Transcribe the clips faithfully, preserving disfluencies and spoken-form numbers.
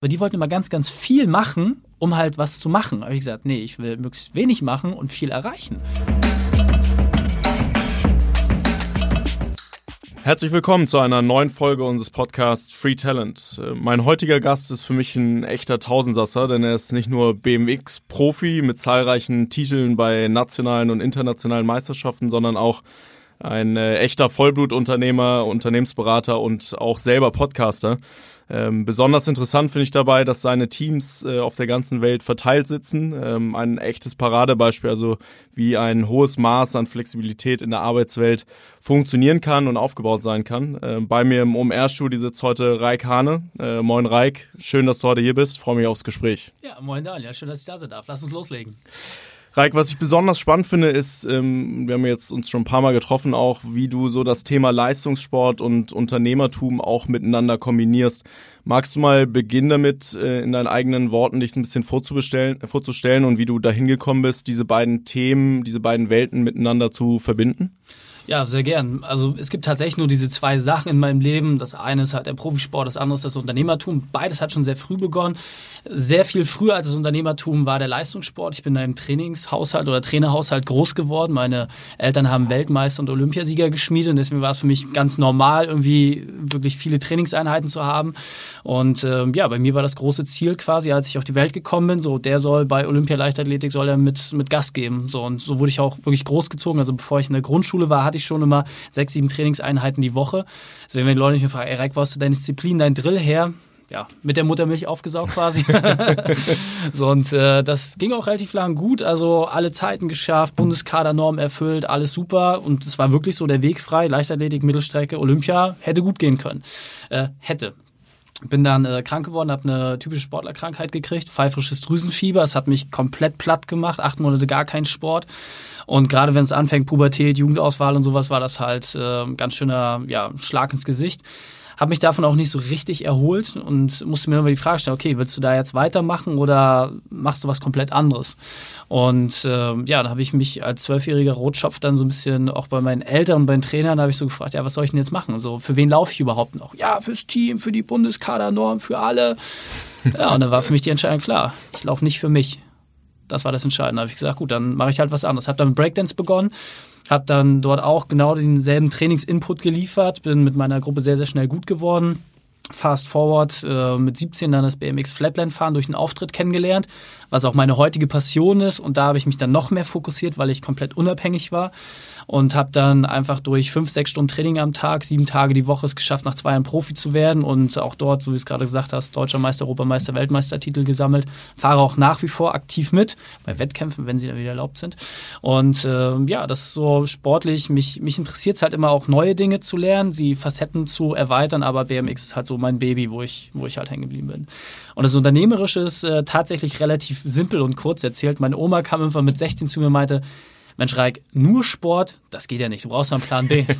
Aber die wollten immer ganz, ganz viel machen, um halt was zu machen. Da habe ich gesagt, nee, ich will möglichst wenig machen und viel erreichen. Herzlich willkommen zu einer neuen Folge unseres Podcasts Free Talent. Mein heutiger Gast ist für mich ein echter Tausendsasser, denn er ist nicht nur B M X-Profi mit zahlreichen Titeln bei nationalen und internationalen Meisterschaften, sondern auch ein äh, echter Vollblutunternehmer, Unternehmensberater und auch selber Podcaster. Ähm, besonders interessant finde ich dabei, dass seine Teams äh, auf der ganzen Welt verteilt sitzen. Ähm, ein echtes Paradebeispiel, also wie ein hohes Maß an Flexibilität in der Arbeitswelt funktionieren kann und aufgebaut sein kann. Äh, bei mir im O M R-Studio sitzt heute Raik Hane. Äh, moin Raik, schön, dass du heute hier bist. Freue mich aufs Gespräch. Ja, moin Daniel, schön, dass ich da sein darf. Lass uns loslegen. Raik, was ich besonders spannend finde, ist, ähm, wir haben jetzt uns schon ein paar Mal getroffen, auch wie du so das Thema Leistungssport und Unternehmertum auch miteinander kombinierst. Magst du mal beginnen damit, äh, in deinen eigenen Worten dich ein bisschen vorzubestellen, vorzustellen und wie du dahin gekommen bist, diese beiden Themen, diese beiden Welten miteinander zu verbinden? Ja, sehr gern. Also es gibt tatsächlich nur diese zwei Sachen in meinem Leben. Das eine ist halt der Profisport, das andere ist das Unternehmertum. Beides hat schon sehr früh begonnen. Sehr viel früher als das Unternehmertum war der Leistungssport. Ich bin in einem Trainingshaushalt oder Trainerhaushalt groß geworden. Meine Eltern haben Weltmeister und Olympiasieger geschmiedet und deswegen war es für mich ganz normal, irgendwie wirklich viele Trainingseinheiten zu haben. Und äh, ja, bei mir war das große Ziel quasi, als ich auf die Welt gekommen bin, so der soll bei Olympia-Leichtathletik soll er mit, mit Gas geben. So, und so wurde ich auch wirklich großgezogen. Also bevor ich in der Grundschule war, hatte ich schon immer sechs, sieben Trainingseinheiten die Woche. Deswegen, wenn die Leute mich fragen, ey Raik, wo hast du deine Disziplin, dein Drill her? Ja, mit der Muttermilch aufgesaugt quasi. So, und äh, das ging auch relativ lang gut. Also alle Zeiten geschafft, Bundeskadernorm erfüllt, alles super. Und es war wirklich so der Weg frei. Leichtathletik, Mittelstrecke, Olympia, hätte gut gehen können. Äh, hätte. Bin dann äh, krank geworden, habe eine typische Sportlerkrankheit gekriegt, pfeifrisches Drüsenfieber. Es hat mich komplett platt gemacht, acht Monate gar kein Sport. Und gerade wenn es anfängt, Pubertät, Jugendauswahl und sowas, war das halt äh, ein ganz schöner ja, Schlag ins Gesicht. Habe mich davon auch nicht so richtig erholt und musste mir immer die Frage stellen, okay, willst du da jetzt weitermachen oder machst du was komplett anderes? Und äh, ja, da habe ich mich als zwölfjähriger Rotschopf dann so ein bisschen auch bei meinen Eltern und bei den Trainern, da habe ich so gefragt, ja, was soll ich denn jetzt machen? So, für wen laufe ich überhaupt noch? Ja, fürs Team, für die Bundeskadernorm, für alle. Ja, und dann war für mich die Entscheidung klar, ich laufe nicht für mich. Das war das Entscheidende. Da habe ich gesagt, gut, dann mache ich halt was anderes. Habe dann mit Breakdance begonnen, habe dann dort auch genau denselben Trainingsinput geliefert, bin mit meiner Gruppe sehr, sehr schnell gut geworden. Fast forward, äh, mit siebzehn dann das B M X Flatland-Fahren durch einen Auftritt kennengelernt, was auch meine heutige Passion ist. Und da habe ich mich dann noch mehr fokussiert, weil ich komplett unabhängig war. Und habe dann einfach durch fünf, sechs Stunden Training am Tag, sieben Tage die Woche es geschafft, nach zwei Jahren Profi zu werden. Und auch dort, so wie du es gerade gesagt hast, Deutscher Meister, Europameister, Weltmeistertitel gesammelt. Fahre auch nach wie vor aktiv mit, bei Wettkämpfen, wenn sie dann wieder erlaubt sind. Und äh, ja, das ist so sportlich. Mich, mich interessiert es halt immer auch, neue Dinge zu lernen, sie Facetten zu erweitern. Aber B M X ist halt so mein Baby, wo ich, wo ich halt hängen geblieben bin. Und das Unternehmerische ist äh, tatsächlich relativ simpel und kurz erzählt. Meine Oma kam irgendwann mit sechzehn zu mir und meinte, Mensch Raik, nur Sport, das geht ja nicht, du brauchst einen Plan B.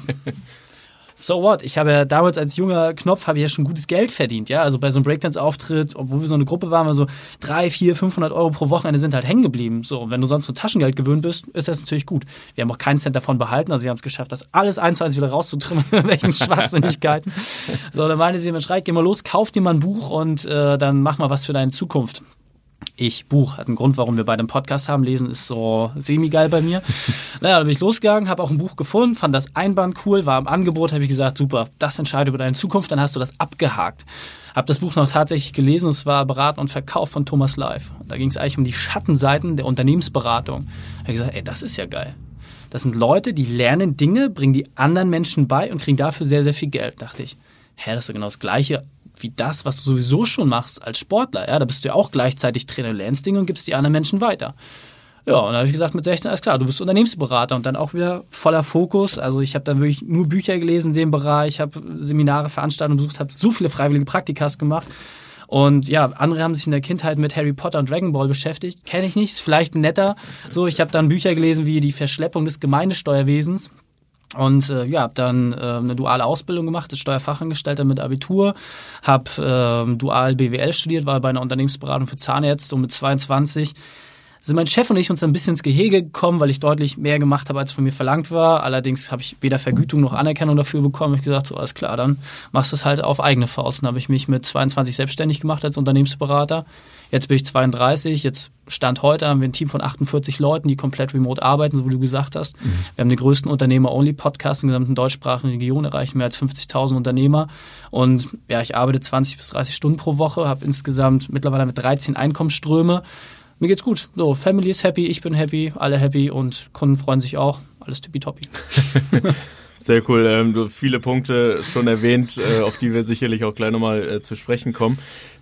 So what? Ich habe ja damals als junger Knopf habe ich ja schon gutes Geld verdient, ja, also bei so einem Breakdance-Auftritt, obwohl wir so eine Gruppe waren, wir so drei, vier, fünfhundert Euro pro Wochenende sind halt hängen geblieben. So, wenn du sonst so Taschengeld gewöhnt bist, ist das natürlich gut. Wir haben auch keinen Cent davon behalten, also wir haben es geschafft, das alles eins zu eins wieder rauszutrimmen, welchen Schwachsinnigkeiten. So, dann meinte sie, Mensch Raik, geh mal los, kauf dir mal ein Buch und äh, dann mach mal was für deine Zukunft. Ich, Buch, hat einen Grund, warum wir beide einen Podcast haben. Lesen ist so semi-geil bei mir. Naja, dann bin ich losgegangen, habe auch ein Buch gefunden, fand das Einband cool, war im Angebot, habe ich gesagt, super, das entscheidet über deine Zukunft, dann hast du das abgehakt. Habe das Buch noch tatsächlich gelesen, es war Beraten und Verkauf von Thomas Live. Da ging es eigentlich um die Schattenseiten der Unternehmensberatung. Da habe ich gesagt, ey, das ist ja geil. Das sind Leute, die lernen Dinge, bringen die anderen Menschen bei und kriegen dafür sehr, sehr viel Geld. Da dachte ich, hä, das ist ja genau das Gleiche wie das, was du sowieso schon machst als Sportler. Ja, da bist du ja auch gleichzeitig Trainer, du lernst Dinge und gibst die anderen Menschen weiter. Ja, und da habe ich gesagt, mit sechzehn, alles klar, du bist Unternehmensberater und dann auch wieder voller Fokus. Also ich habe dann wirklich nur Bücher gelesen in dem Bereich, habe Seminare, Veranstaltungen besucht, habe so viele freiwillige Praktikas gemacht. Und ja, andere haben sich in der Kindheit mit Harry Potter und Dragon Ball beschäftigt. Kenne ich nicht, ist vielleicht netter. So, ich habe dann Bücher gelesen wie die Verschleppung des Gemeindesteuerwesens. Und äh, ja, habe dann äh, eine duale Ausbildung gemacht, als Steuerfachangestellter mit Abitur, habe äh, dual B W L studiert, war bei einer Unternehmensberatung für Zahnärzte und mit zweiundzwanzig sind mein Chef und ich uns ein bisschen ins Gehege gekommen, weil ich deutlich mehr gemacht habe, als von mir verlangt war. Allerdings habe ich weder Vergütung noch Anerkennung dafür bekommen. Ich habe gesagt, so alles klar, dann machst du es halt auf eigene Faust. Dann habe ich mich mit zweiundzwanzig selbstständig gemacht als Unternehmensberater. Jetzt bin ich zweiunddreißig. Jetzt Stand heute haben wir ein Team von achtundvierzig Leuten, die komplett remote arbeiten, so wie du gesagt hast. Mhm. Wir haben den größten Unternehmer-Only-Podcast in der gesamten deutschsprachigen Region, erreichen mehr als fünfzigtausend Unternehmer. Und ja, ich arbeite zwanzig bis dreißig Stunden pro Woche, habe insgesamt mittlerweile mit dreizehn Einkommensströme. Mir geht's gut. So, Family ist happy, ich bin happy, alle happy und Kunden freuen sich auch. Alles tippitoppi. Sehr cool. Ähm, du hast viele Punkte schon erwähnt, äh, auf die wir sicherlich auch gleich nochmal äh, zu sprechen kommen.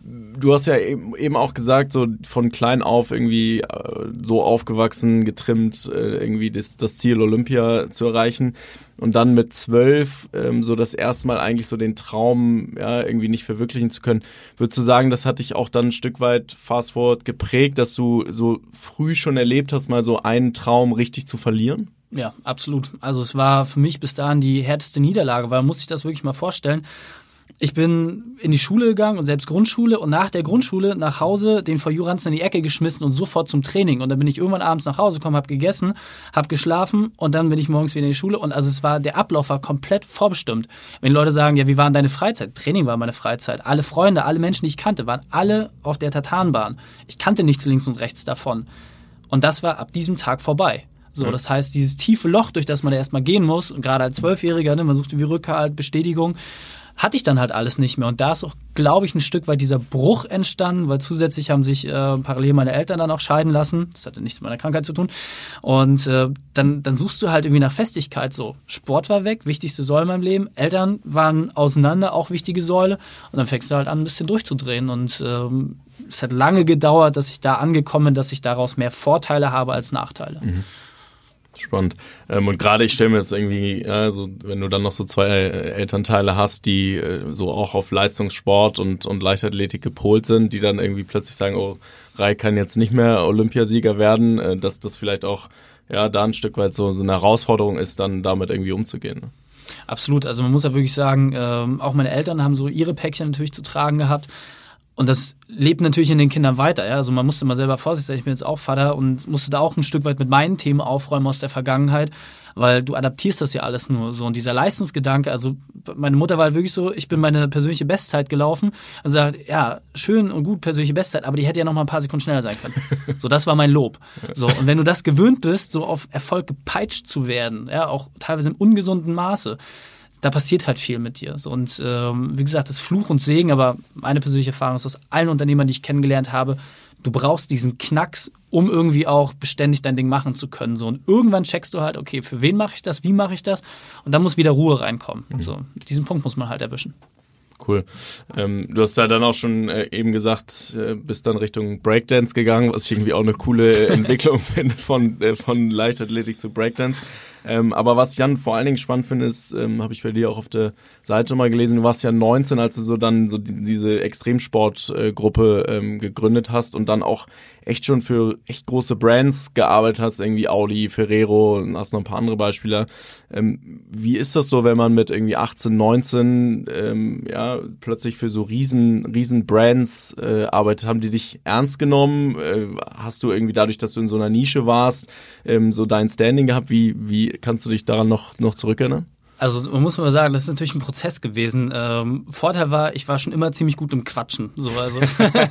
Du hast ja eben, eben auch gesagt, so von klein auf irgendwie äh, so aufgewachsen, getrimmt, äh, irgendwie das, das Ziel Olympia zu erreichen. Und dann mit zwölf ähm, so das erste Mal eigentlich so den Traum ja irgendwie nicht verwirklichen zu können. Würdest du sagen, das hat dich auch dann ein Stück weit fast forward geprägt, dass du so früh schon erlebt hast, mal so einen Traum richtig zu verlieren? Ja, absolut. Also es war für mich bis dahin die härteste Niederlage, weil man muss sich das wirklich mal vorstellen. Ich bin in die Schule gegangen und selbst Grundschule und nach der Grundschule nach Hause den V U-Ranzen in die Ecke geschmissen und sofort zum Training. Und dann bin ich irgendwann abends nach Hause gekommen, habe gegessen, habe geschlafen und dann bin ich morgens wieder in die Schule. Und also es war, der Ablauf war komplett vorbestimmt. Wenn die Leute sagen, ja, wie war denn deine Freizeit? Training war meine Freizeit. Alle Freunde, alle Menschen, die ich kannte, waren alle auf der Tartanbahn. Ich kannte nichts links und rechts davon. Und das war ab diesem Tag vorbei. So, das heißt, dieses tiefe Loch, durch das man da erstmal gehen muss, und gerade als Zwölfjähriger, ne, man sucht irgendwie Rückhalt, Bestätigung, hatte ich dann halt alles nicht mehr. Und da ist auch, glaube ich, ein Stück weit dieser Bruch entstanden, weil zusätzlich haben sich äh, parallel meine Eltern dann auch scheiden lassen. Das hatte nichts mit meiner Krankheit zu tun. Und äh, dann, dann suchst du halt irgendwie nach Festigkeit. So, Sport war weg, wichtigste Säule in meinem Leben. Eltern waren auseinander, auch wichtige Säule. Und dann fängst du halt an, ein bisschen durchzudrehen. Und ähm, es hat lange gedauert, dass ich da angekommen bin, dass ich daraus mehr Vorteile habe als Nachteile. Mhm. Spannend. Ähm, und gerade ich stelle mir das irgendwie, ja, so, wenn du dann noch so zwei äh, Elternteile hast, die äh, so auch auf Leistungssport und, und Leichtathletik gepolt sind, die dann irgendwie plötzlich sagen, oh, Rai kann jetzt nicht mehr Olympiasieger werden, äh, dass das vielleicht auch ja da ein Stück weit so, so eine Herausforderung ist, dann damit irgendwie umzugehen. Ne? Absolut. Also man muss ja wirklich sagen, ähm, auch meine Eltern haben so ihre Päckchen natürlich zu tragen gehabt. Und das lebt natürlich in den Kindern weiter. Ja? Also man musste mal selber vorsichtig sein. Ich bin jetzt auch Vater und musste da auch ein Stück weit mit meinen Themen aufräumen aus der Vergangenheit, weil du adaptierst das ja alles nur so. Und dieser Leistungsgedanke, also meine Mutter war halt wirklich so, ich bin meine persönliche Bestzeit gelaufen und sagt, ja, schön und gut, persönliche Bestzeit, aber die hätte ja noch mal ein paar Sekunden schneller sein können. So, das war mein Lob. So, und wenn du das gewöhnt bist, so auf Erfolg gepeitscht zu werden, ja, auch teilweise im ungesunden Maße, da passiert halt viel mit dir. So, und ähm, wie gesagt, das ist Fluch und Segen, aber meine persönliche Erfahrung ist aus allen Unternehmern, die ich kennengelernt habe, du brauchst diesen Knacks, um irgendwie auch beständig dein Ding machen zu können. So, und irgendwann checkst du halt, okay, für wen mache ich das, wie mache ich das? Und dann muss wieder Ruhe reinkommen. Mhm. So, diesen Punkt muss man halt erwischen. Cool. Ähm, du hast ja dann auch schon äh, eben gesagt, äh, bist dann Richtung Breakdance gegangen, was ich irgendwie auch eine coole Entwicklung finde von, äh, von Leichtathletik zu Breakdance. Ähm, aber was ich dann vor allen Dingen spannend finde, ist, ähm, habe ich bei dir auch auf der Seite mal gelesen, du warst ja neunzehn, als du so dann so die, diese Extremsportgruppe äh, ähm, gegründet hast und dann auch echt schon für echt große Brands gearbeitet hast, irgendwie Audi, Ferrero und hast noch ein paar andere Beispiele. Ähm, wie ist das so, wenn man mit irgendwie achtzehn, neunzehn ähm, ja plötzlich für so riesen, riesen Brands äh, arbeitet? Haben die dich ernst genommen? Äh, hast du irgendwie dadurch, dass du in so einer Nische warst, ähm, so dein Standing gehabt? Wie, wie kannst du dich daran noch, noch zurückerinnern? Also man muss mal sagen, das ist natürlich ein Prozess gewesen. Ähm, Vorteil war, ich war schon immer ziemlich gut im Quatschen. So, also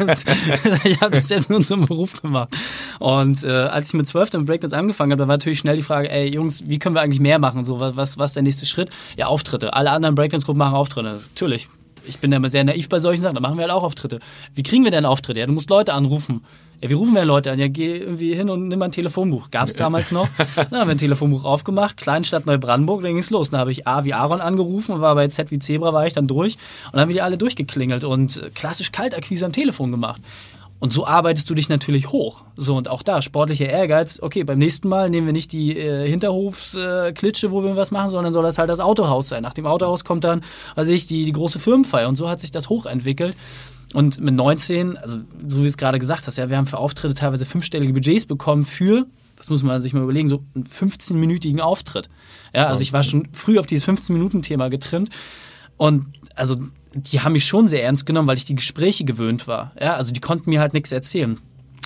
ich habe das jetzt nur zum Beruf gemacht. Und äh, als ich mit zwölf dann Breakdance angefangen habe, da war natürlich schnell die Frage, ey Jungs, wie können wir eigentlich mehr machen? So, was, was ist der nächste Schritt? Ja, Auftritte. Alle anderen Breakdance-Gruppen machen Auftritte. Natürlich. Ich bin ja immer sehr naiv bei solchen Sachen, da machen wir halt auch Auftritte. Wie kriegen wir denn Auftritte? Ja, du musst Leute anrufen. Ja, wie rufen wir Leute an? Ja, geh irgendwie hin und nimm mal ein Telefonbuch. Gab's damals noch. Dann haben wir ein Telefonbuch aufgemacht, Kleinstadt Neubrandenburg, dann ging's los. Dann habe ich A wie Aaron angerufen und war bei Z wie Zebra, war ich dann durch. Und dann haben wir die alle durchgeklingelt und klassisch Kaltakquise am Telefon gemacht. Und so arbeitest du dich natürlich hoch. So, und auch da, sportlicher Ehrgeiz, okay, beim nächsten Mal nehmen wir nicht die äh, Hinterhofsklitsche, äh, wo wir was machen, sondern soll das halt das Autohaus sein. Nach dem Autohaus kommt dann, also ich, die, die große Firmenfeier. Und so hat sich das hochentwickelt. Und mit neunzehn, also so wie du es gerade gesagt hast, ja, wir haben für Auftritte teilweise fünfstellige Budgets bekommen für, das muss man sich mal überlegen, so einen fünfzehn-minütigen Auftritt. Ja, also ich war schon früh auf dieses fünfzehn-Minuten-Thema getrimmt. Und also die haben mich schon sehr ernst genommen, weil ich die Gespräche gewöhnt war. Ja, also die konnten mir halt nichts erzählen.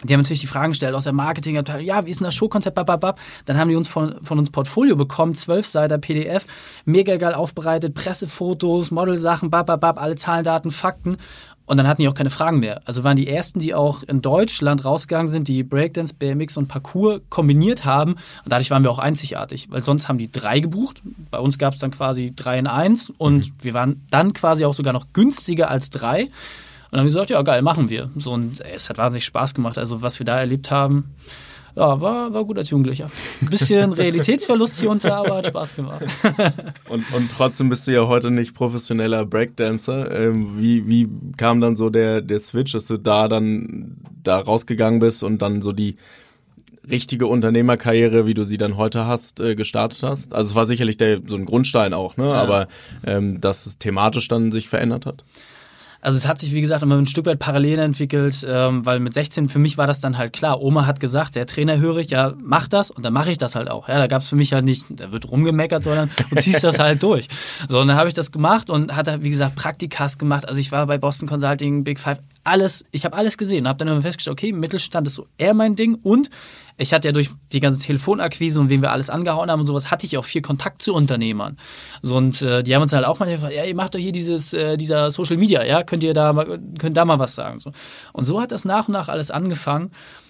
Die haben natürlich die Fragen gestellt aus der Marketingabteilung, ja, wie ist denn das Showkonzept, bababab. Dann haben die uns von, von uns Portfolio bekommen, zwölf Seiten P D F, mega geil aufbereitet, Pressefotos, Modelsachen, bababab, alle Zahlen, Daten, Fakten. Und dann hatten die auch keine Fragen mehr. Also waren die ersten, die auch in Deutschland rausgegangen sind, die Breakdance, B M X und Parkour kombiniert haben. Und dadurch waren wir auch einzigartig, weil sonst haben die drei gebucht. Bei uns gab es dann quasi drei in eins und mhm. wir waren dann quasi auch sogar noch günstiger als drei. Und dann haben wir gesagt, ja geil, machen wir. So, und ey, es hat wahnsinnig Spaß gemacht. Also was wir da erlebt haben, ja, war, war gut als Jugendlicher. Ein bisschen Realitätsverlust hier und da, aber hat Spaß gemacht. Und, und trotzdem bist du ja heute nicht professioneller Breakdancer. Ähm, wie, wie kam dann so der, der Switch, dass du da dann da rausgegangen bist und dann so die richtige Unternehmerkarriere, wie du sie dann heute hast, äh, gestartet hast? Also es war sicherlich der, so ein Grundstein auch, ne? Ja. Aber ähm, dass es thematisch dann sich verändert hat? Also es hat sich, wie gesagt, immer ein Stück weit parallel entwickelt, ähm, weil mit sechzehn für mich war das dann halt klar. Oma hat gesagt, der Trainer höre ich, ja, mach das und dann mache ich das halt auch. Ja, da gab es für mich halt nicht, da wird rumgemeckert, sondern du ziehst das halt durch. So, und dann habe ich das gemacht und hatte, wie gesagt, Praktikas gemacht. Also ich war bei Boston Consulting, Big Five, alles, ich habe alles gesehen. Habe dann immer festgestellt, okay, Mittelstand ist so eher mein Ding und ich hatte ja durch die ganze Telefonakquise und wen wir alles angehauen haben und sowas, hatte ich auch viel Kontakt zu Unternehmern. So, und äh, die haben uns halt auch manchmal gefragt, ja, ihr macht doch hier dieses, äh, dieser Social Media, ja, könnt ihr da mal, könnt da mal was sagen. So. Und so hat das nach und nach alles angefangen.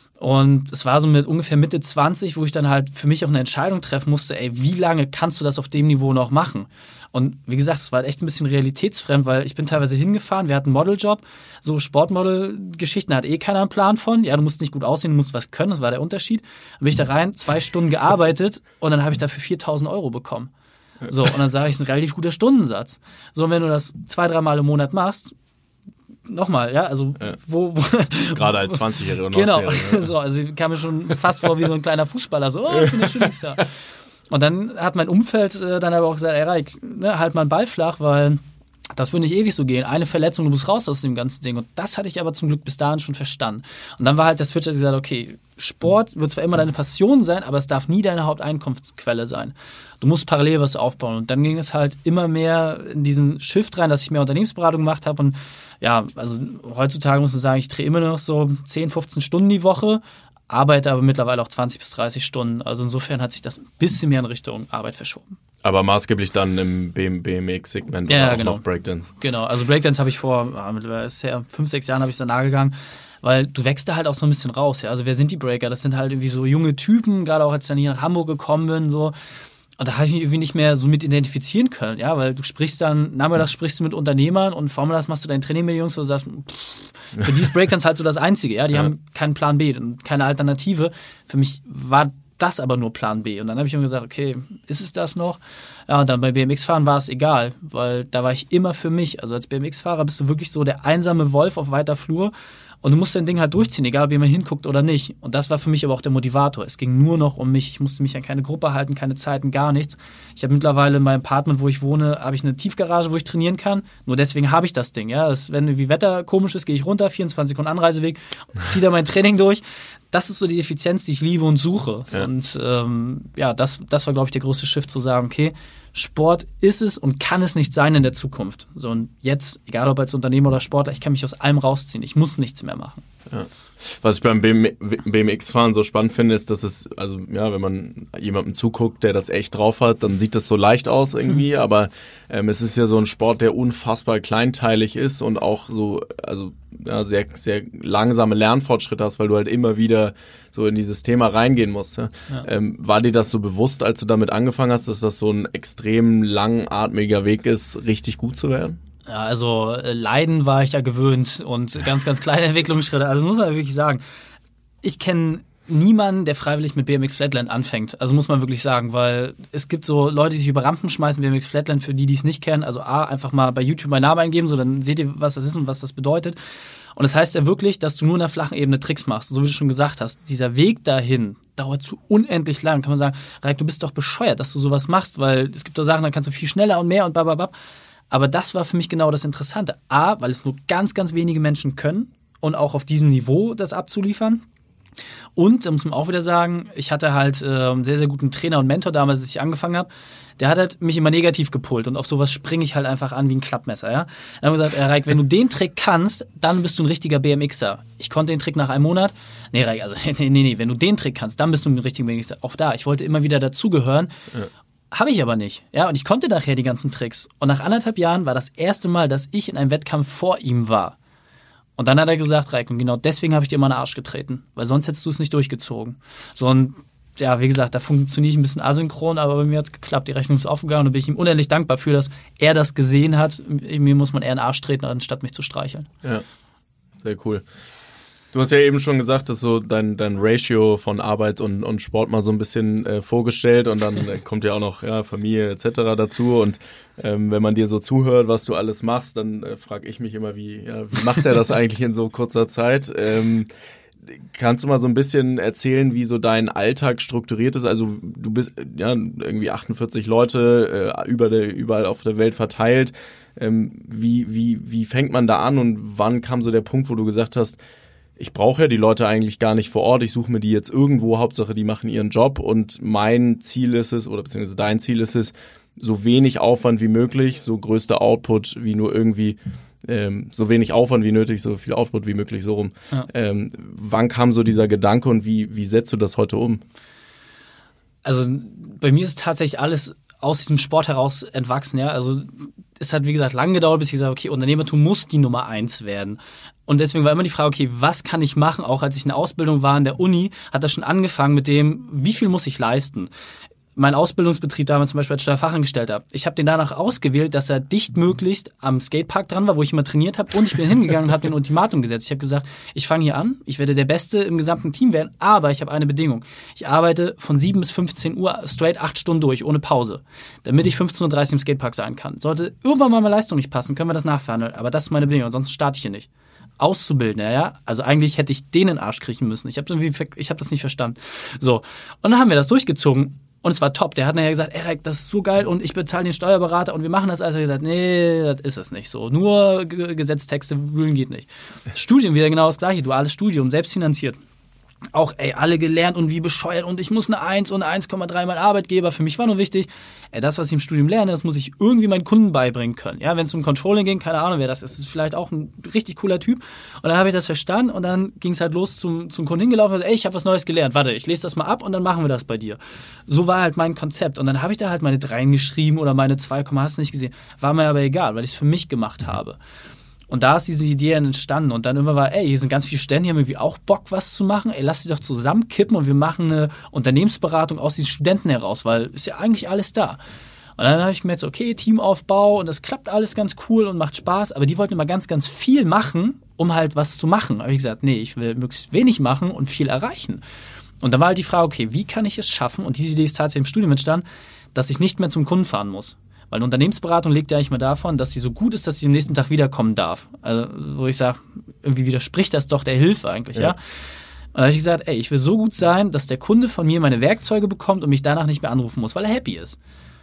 Und es war so mit ungefähr Mitte zwanzig, wo ich dann halt für mich auch eine Entscheidung treffen musste, ey, wie lange kannst du das auf dem Niveau noch machen? Und wie gesagt, es war halt echt ein bisschen realitätsfremd, weil ich bin teilweise hingefahren, wir hatten einen Modeljob, so Sportmodel-Geschichten hat eh keiner einen Plan von. Ja, du musst nicht gut aussehen, du musst was können, das war der Unterschied. Dann bin ich da rein, zwei Stunden gearbeitet und dann habe ich dafür viertausend Euro bekommen. So, und dann sage ich, es ist ein relativ guter Stundensatz. So, und wenn du das zwei, dreimal im Monat machst, nochmal, ja, also ja. wo, wo gerade als zwanzigjähriger und genau, neunzigjähriger. Ja. So, also ich kam mir schon fast vor wie so ein kleiner Fußballer, so, oh, ich bin der Schönste. Und dann hat mein Umfeld äh, dann aber auch gesagt, ey Raik, ne, halt mal einen Ball flach, weil das würde nicht ewig so gehen. Eine Verletzung, du musst raus aus dem ganzen Ding. Und das hatte ich aber zum Glück bis dahin schon verstanden. Und dann war halt der Switch, dass ich gesagt, okay, Sport wird zwar immer deine Passion sein, aber es darf nie deine Haupteinkommensquelle sein. Du musst parallel was aufbauen. Und dann ging es halt immer mehr in diesen Shift rein, dass ich mehr Unternehmensberatung gemacht habe. Und ja, also heutzutage muss man sagen, ich drehe immer noch so zehn, fünfzehn Stunden die Woche, arbeite aber mittlerweile auch zwanzig bis dreißig Stunden. Also insofern hat sich das ein bisschen mehr in Richtung Arbeit verschoben. Aber maßgeblich dann im B M X-Segment ja, oder auch genau. noch Breakdance. Genau, also Breakdance habe ich vor, ah, mittlerweile ist ja fünf, sechs Jahren habe ich es danach gegangen, weil du wächst da halt auch so ein bisschen raus. Ja? Also wer sind die Breaker? Das sind halt irgendwie so junge Typen, gerade auch als ich dann hier nach Hamburg gekommen bin, so. Und da habe ich mich irgendwie nicht mehr so mit identifizieren können, ja, weil du sprichst dann, nachmittags sprichst du mit Unternehmern und vormittags machst du dein Training mit Jungs, wo du sagst, pff, für die ist Breakdance halt so das Einzige, ja, die ja. haben keinen Plan B und keine Alternative. Für mich war das aber nur Plan B. Und dann habe ich mir gesagt, okay, ist es das noch? Ja, und dann bei B M X-Fahren war es egal, weil da war ich immer für mich. Also als B M X-Fahrer bist du wirklich so der einsame Wolf auf weiter Flur und du musst dein Ding halt durchziehen, egal ob jemand hinguckt oder nicht. Und das war für mich aber auch der Motivator. Es ging nur noch um mich. Ich musste mich an keine Gruppe halten, keine Zeiten, gar nichts. Ich habe mittlerweile in meinem Apartment, wo ich wohne, habe ich eine Tiefgarage, wo ich trainieren kann. Nur deswegen habe ich das Ding. Ja, das, wenn irgendwie Wetter komisch ist, gehe ich runter, vierundzwanzig Sekunden Anreiseweg, ziehe da mein Training durch. Das ist so die Effizienz, die ich liebe und suche. Ja. Und ähm, ja, das, das war, glaube ich, der größte Shift, zu sagen, okay, Sport ist es und kann es nicht sein in der Zukunft. So, und jetzt, egal ob als Unternehmer oder Sportler, ich kann mich aus allem rausziehen. Ich muss nichts mehr machen. Ja. Was ich beim B M X-Fahren so spannend finde, ist, dass es, also ja, wenn man jemandem zuguckt, der das echt drauf hat, dann sieht das so leicht aus irgendwie, aber ähm, es ist ja so ein Sport, der unfassbar kleinteilig ist und auch so, also ja, sehr, sehr langsame Lernfortschritte hast, weil du halt immer wieder so in dieses Thema reingehen musst. Ja? Ja. Ähm, war dir das so bewusst, als du damit angefangen hast, dass das so ein extrem langatmiger Weg ist, richtig gut zu werden? Ja, also äh, Leiden war ich ja gewöhnt und ganz, ganz kleine Entwicklungsschritte. Also muss man wirklich sagen, ich kenne niemanden, der freiwillig mit B M X Flatland anfängt. Also muss man wirklich sagen, weil es gibt so Leute, die sich über Rampen schmeißen, B M X Flatland, für die, die es nicht kennen. Also A, einfach mal bei YouTube meinen Namen eingeben, so dann seht ihr, was das ist und was das bedeutet. Und das heißt ja wirklich, dass du nur in der flachen Ebene Tricks machst, so wie du schon gesagt hast. Dieser Weg dahin dauert zu unendlich lang. Kann man sagen, Raik, du bist doch bescheuert, dass du sowas machst, weil es gibt doch Sachen, da kannst du viel schneller und mehr und bababab. Aber das war für mich genau das Interessante. A, weil es nur ganz, ganz wenige Menschen können und auch auf diesem Niveau das abzuliefern. Und, da muss man auch wieder sagen, ich hatte halt äh, einen sehr, sehr guten Trainer und Mentor damals, als ich angefangen habe. Der hat halt mich immer negativ gepult und auf sowas springe ich halt einfach an wie ein Klappmesser. Ja? Dann haben wir gesagt, äh, Raik, wenn du den Trick kannst, dann bist du ein richtiger B M Xer. Ich konnte den Trick nach einem Monat. Nee, Raik, also nee, nee, nee, wenn du den Trick kannst, dann bist du ein richtiger B M Xer. Auch da, ich wollte immer wieder dazugehören. Ja. Habe ich aber nicht. Ja, und ich konnte nachher die ganzen Tricks. Und nach anderthalb Jahren war das erste Mal, dass ich in einem Wettkampf vor ihm war. Und dann hat er gesagt, Raik, und genau deswegen habe ich dir mal in den Arsch getreten. Weil sonst hättest du es nicht durchgezogen. So, und ja, wie gesagt, da funktioniere ich ein bisschen asynchron, aber bei mir hat es geklappt. Die Rechnung ist aufgegangen und bin ich ihm unendlich dankbar für, dass er das gesehen hat. Mir muss man eher in den Arsch treten, anstatt mich zu streicheln. Ja, sehr cool. Du hast ja eben schon gesagt, dass so dein, dein Ratio von Arbeit und, und Sport mal so ein bisschen äh, vorgestellt und dann äh, kommt ja auch noch ja, Familie et cetera dazu und ähm, wenn man dir so zuhört, was du alles machst, dann äh, frage ich mich immer, wie, ja, wie macht er das eigentlich in so kurzer Zeit? Ähm, kannst du mal so ein bisschen erzählen, wie so dein Alltag strukturiert ist? Also du bist ja irgendwie achtundvierzig Leute äh, über der, überall auf der Welt verteilt. Ähm, wie, wie, wie fängt man da an und wann kam so der Punkt, wo du gesagt hast, ich brauche ja die Leute eigentlich gar nicht vor Ort, ich suche mir die jetzt irgendwo, Hauptsache die machen ihren Job und mein Ziel ist es, oder beziehungsweise dein Ziel ist es, so wenig Aufwand wie möglich, so größter Output wie nur irgendwie, ähm, so wenig Aufwand wie nötig, so viel Output wie möglich, so rum. Ja. Ähm, wann kam so dieser Gedanke und wie, wie setzt du das heute um? Also bei mir ist tatsächlich alles aus diesem Sport heraus entwachsen, ja, also es hat, wie gesagt, lange gedauert, bis ich gesagt habe, okay, Unternehmertum muss die Nummer eins werden. Und deswegen war immer die Frage, okay, was kann ich machen? Auch als ich in der Ausbildung war in der Uni, hat das schon angefangen mit dem, wie viel muss ich leisten? Mein Ausbildungsbetrieb damals zum Beispiel als Steuerfachangestellter. Ich habe den danach ausgewählt, dass er dicht möglichst am Skatepark dran war, wo ich immer trainiert habe. Und ich bin hingegangen und habe mir ein Ultimatum gesetzt. Ich habe gesagt, ich fange hier an, ich werde der Beste im gesamten Team werden, aber ich habe eine Bedingung. Ich arbeite von sieben bis fünfzehn Uhr straight acht Stunden durch, ohne Pause, damit ich fünfzehn Uhr dreißig im Skatepark sein kann. Sollte irgendwann mal meine Leistung nicht passen, können wir das nachverhandeln. Aber das ist meine Bedingung, sonst starte ich hier nicht. Auszubildender, ja, also eigentlich hätte ich den in den Arsch kriechen müssen. Ich habe irgendwie, ich habe das nicht verstanden. So, und dann haben wir das durchgezogen. Und es war top. Der hat nachher gesagt, ey, Raik, das ist so geil und ich bezahle den Steuerberater und wir machen das alles. Ich habe gesagt, nee, das ist es nicht so. Nur G- Gesetztexte wühlen geht nicht. Studium wieder genau das Gleiche. Duales Studium, selbstfinanziert. Auch, ey, alle gelernt und wie bescheuert und ich muss eine eins und eine eins Komma drei mein Arbeitgeber. Für mich war nur wichtig, ey, das, was ich im Studium lerne, das muss ich irgendwie meinen Kunden beibringen können. Ja, wenn es um Controlling ging, keine Ahnung, wer das ist, ist vielleicht auch ein richtig cooler Typ. Und dann habe ich das verstanden und dann ging es halt los zum, zum Kunden hingelaufen und gesagt, ey, ich habe was Neues gelernt, warte, ich lese das mal ab und dann machen wir das bei dir. So war halt mein Konzept und dann habe ich da halt meine dreien geschrieben oder meine zwei, hast du nicht gesehen. War mir aber egal, weil ich es für mich gemacht habe. Und da ist diese Idee entstanden. Und dann irgendwann war, ey, hier sind ganz viele Studenten, die haben irgendwie auch Bock, was zu machen. Ey, lass sie doch zusammenkippen und wir machen eine Unternehmensberatung aus diesen Studenten heraus, weil ist ja eigentlich alles da. Und dann habe ich gemerkt, so, okay, Teamaufbau und das klappt alles ganz cool und macht Spaß. Aber die wollten immer ganz, ganz viel machen, um halt was zu machen. Da habe ich gesagt, nee, ich will möglichst wenig machen und viel erreichen. Und dann war halt die Frage, okay, wie kann ich es schaffen? Und diese Idee ist tatsächlich im Studium entstanden, dass ich nicht mehr zum Kunden fahren muss. Weil eine Unternehmensberatung lebt ja eigentlich mal davon, dass sie so gut ist, dass sie am nächsten Tag wiederkommen darf. Also, wo ich sage, irgendwie widerspricht das doch der Hilfe eigentlich, ja. ja? Und da habe ich gesagt, ey, ich will so gut sein, dass der Kunde von mir meine Werkzeuge bekommt und mich danach nicht mehr anrufen muss, weil er happy ist.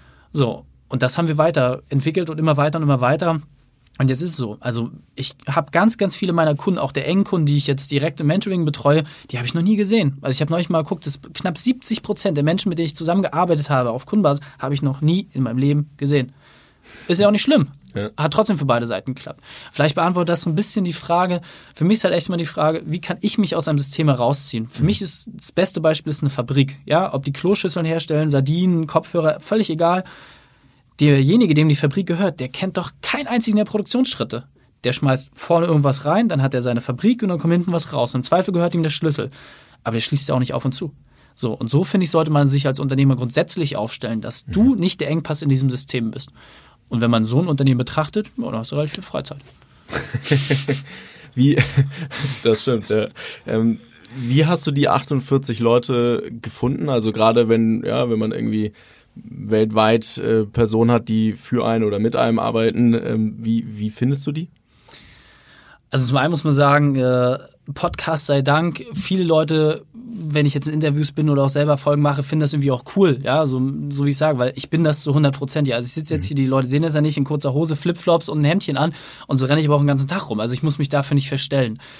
So, und das haben wir weiterentwickelt und immer weiter und immer weiter. Und jetzt ist es so, also ich habe ganz, ganz viele meiner Kunden, auch der engen Kunden, die ich jetzt direkt im Mentoring betreue, die habe ich noch nie gesehen. Also ich habe neulich mal geguckt, dass knapp siebzig Prozent der Menschen, mit denen ich zusammengearbeitet habe auf Kundenbasis, habe ich noch nie in meinem Leben gesehen. Ist ja auch nicht schlimm. Ja. Hat trotzdem für beide Seiten geklappt. Vielleicht beantwortet das so ein bisschen die Frage, für mich ist halt echt mal die Frage, wie kann ich mich aus einem System herausziehen? Für mhm. mich ist das beste Beispiel ist eine Fabrik. Ja, ob die Kloschüsseln herstellen, Sardinen, Kopfhörer, völlig egal. Derjenige, dem die Fabrik gehört, der kennt doch keinen einzigen der Produktionsschritte. Der schmeißt vorne irgendwas rein, dann hat er seine Fabrik und dann kommt hinten was raus. Im Zweifel gehört ihm der Schlüssel. Aber der schließt ja auch nicht auf und zu. So, und so, finde ich, sollte man sich als Unternehmer grundsätzlich aufstellen, dass mhm. du nicht der Engpass in diesem System bist. Und wenn man so ein Unternehmen betrachtet, ja, dann hast du relativ viel Freizeit. Wie, das stimmt, ja. Ähm, wie hast du die achtundvierzig Leute gefunden? Also gerade wenn, ja, wenn man irgendwie weltweit äh, Personen hat, die für einen oder mit einem arbeiten, ähm, wie, wie findest du die? Also zum einen muss man sagen, äh, Podcast sei Dank, viele Leute, wenn ich jetzt in Interviews bin oder auch selber Folgen mache, finden das irgendwie auch cool, ja, so, so wie ich sage, weil ich bin das zu hundert Prozent, ja, also ich sitze jetzt hier, die Leute sehen das ja nicht, in kurzer Hose, Flipflops und ein Hemdchen an und so renne ich aber auch den ganzen Tag rum, also ich muss mich dafür nicht verstellen.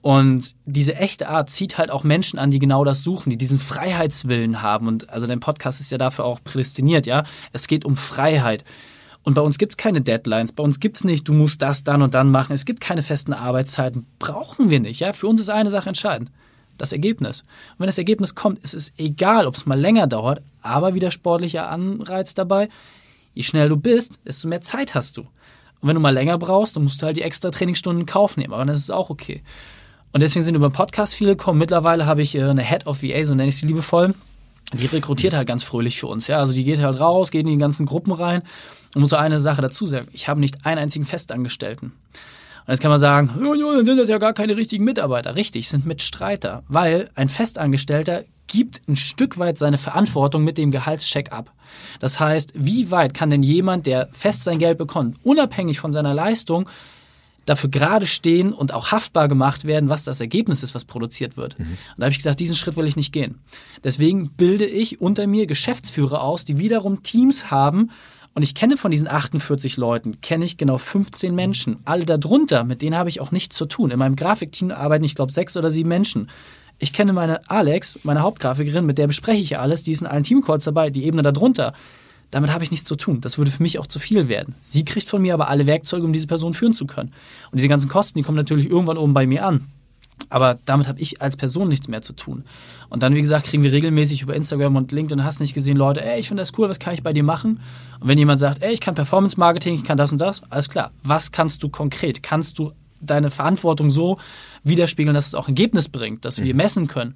Und diese echte Art zieht halt auch Menschen an, die genau das suchen, die diesen Freiheitswillen haben. Und also dein Podcast ist ja dafür auch prädestiniert, ja. Es geht um Freiheit. Und bei uns gibt es keine Deadlines. Bei uns gibt es nicht, du musst das dann und dann machen. Es gibt keine festen Arbeitszeiten. Brauchen wir nicht, ja. Für uns ist eine Sache entscheidend. Das Ergebnis. Und wenn das Ergebnis kommt, ist es egal, ob es mal länger dauert, aber wieder sportlicher Anreiz dabei. Je schneller du bist, desto mehr Zeit hast du. Und wenn du mal länger brauchst, dann musst du halt die extra Trainingsstunden in Kauf nehmen. Aber dann ist es auch okay. Und deswegen sind über den Podcast viele gekommen. Mittlerweile habe ich eine Head of V A, so nenne ich sie liebevoll. Die rekrutiert halt ganz fröhlich für uns. Ja? Also die geht halt raus, geht in die ganzen Gruppen rein. Und muss so eine Sache dazu sagen. Ich habe nicht einen einzigen Festangestellten. Und jetzt kann man sagen, ja, ja, dann sind das ja gar keine richtigen Mitarbeiter. Richtig, sind Mitstreiter. Weil ein Festangestellter gibt ein Stück weit seine Verantwortung mit dem Gehaltscheck ab. Das heißt, wie weit kann denn jemand, der fest sein Geld bekommt, unabhängig von seiner Leistung, dafür gerade stehen und auch haftbar gemacht werden, was das Ergebnis ist, was produziert wird. Mhm. Und da habe ich gesagt, diesen Schritt will ich nicht gehen. Deswegen bilde ich unter mir Geschäftsführer aus, die wiederum Teams haben. Und ich kenne von diesen achtundvierzig Leuten, kenne ich genau fünfzehn Menschen. Alle darunter, mit denen habe ich auch nichts zu tun. In meinem Grafikteam arbeiten, ich glaube, sechs oder sieben Menschen. Ich kenne meine Alex, meine Hauptgrafikerin, mit der bespreche ich ja alles. Die ist in allen Teamcalls dabei, die Ebene darunter. Damit habe ich nichts zu tun. Das würde für mich auch zu viel werden. Sie kriegt von mir aber alle Werkzeuge, um diese Person führen zu können. Und diese ganzen Kosten, die kommen natürlich irgendwann oben bei mir an. Aber damit habe ich als Person nichts mehr zu tun. Und dann, wie gesagt, kriegen wir regelmäßig über Instagram und LinkedIn, hast nicht gesehen, Leute, ey, ich finde das cool, was kann ich bei dir machen? Und wenn jemand sagt, ey, ich kann Performance-Marketing, ich kann das und das, alles klar. Was kannst du konkret? Kannst du deine Verantwortung so widerspiegeln, dass es auch ein Ergebnis bringt, dass wir messen können?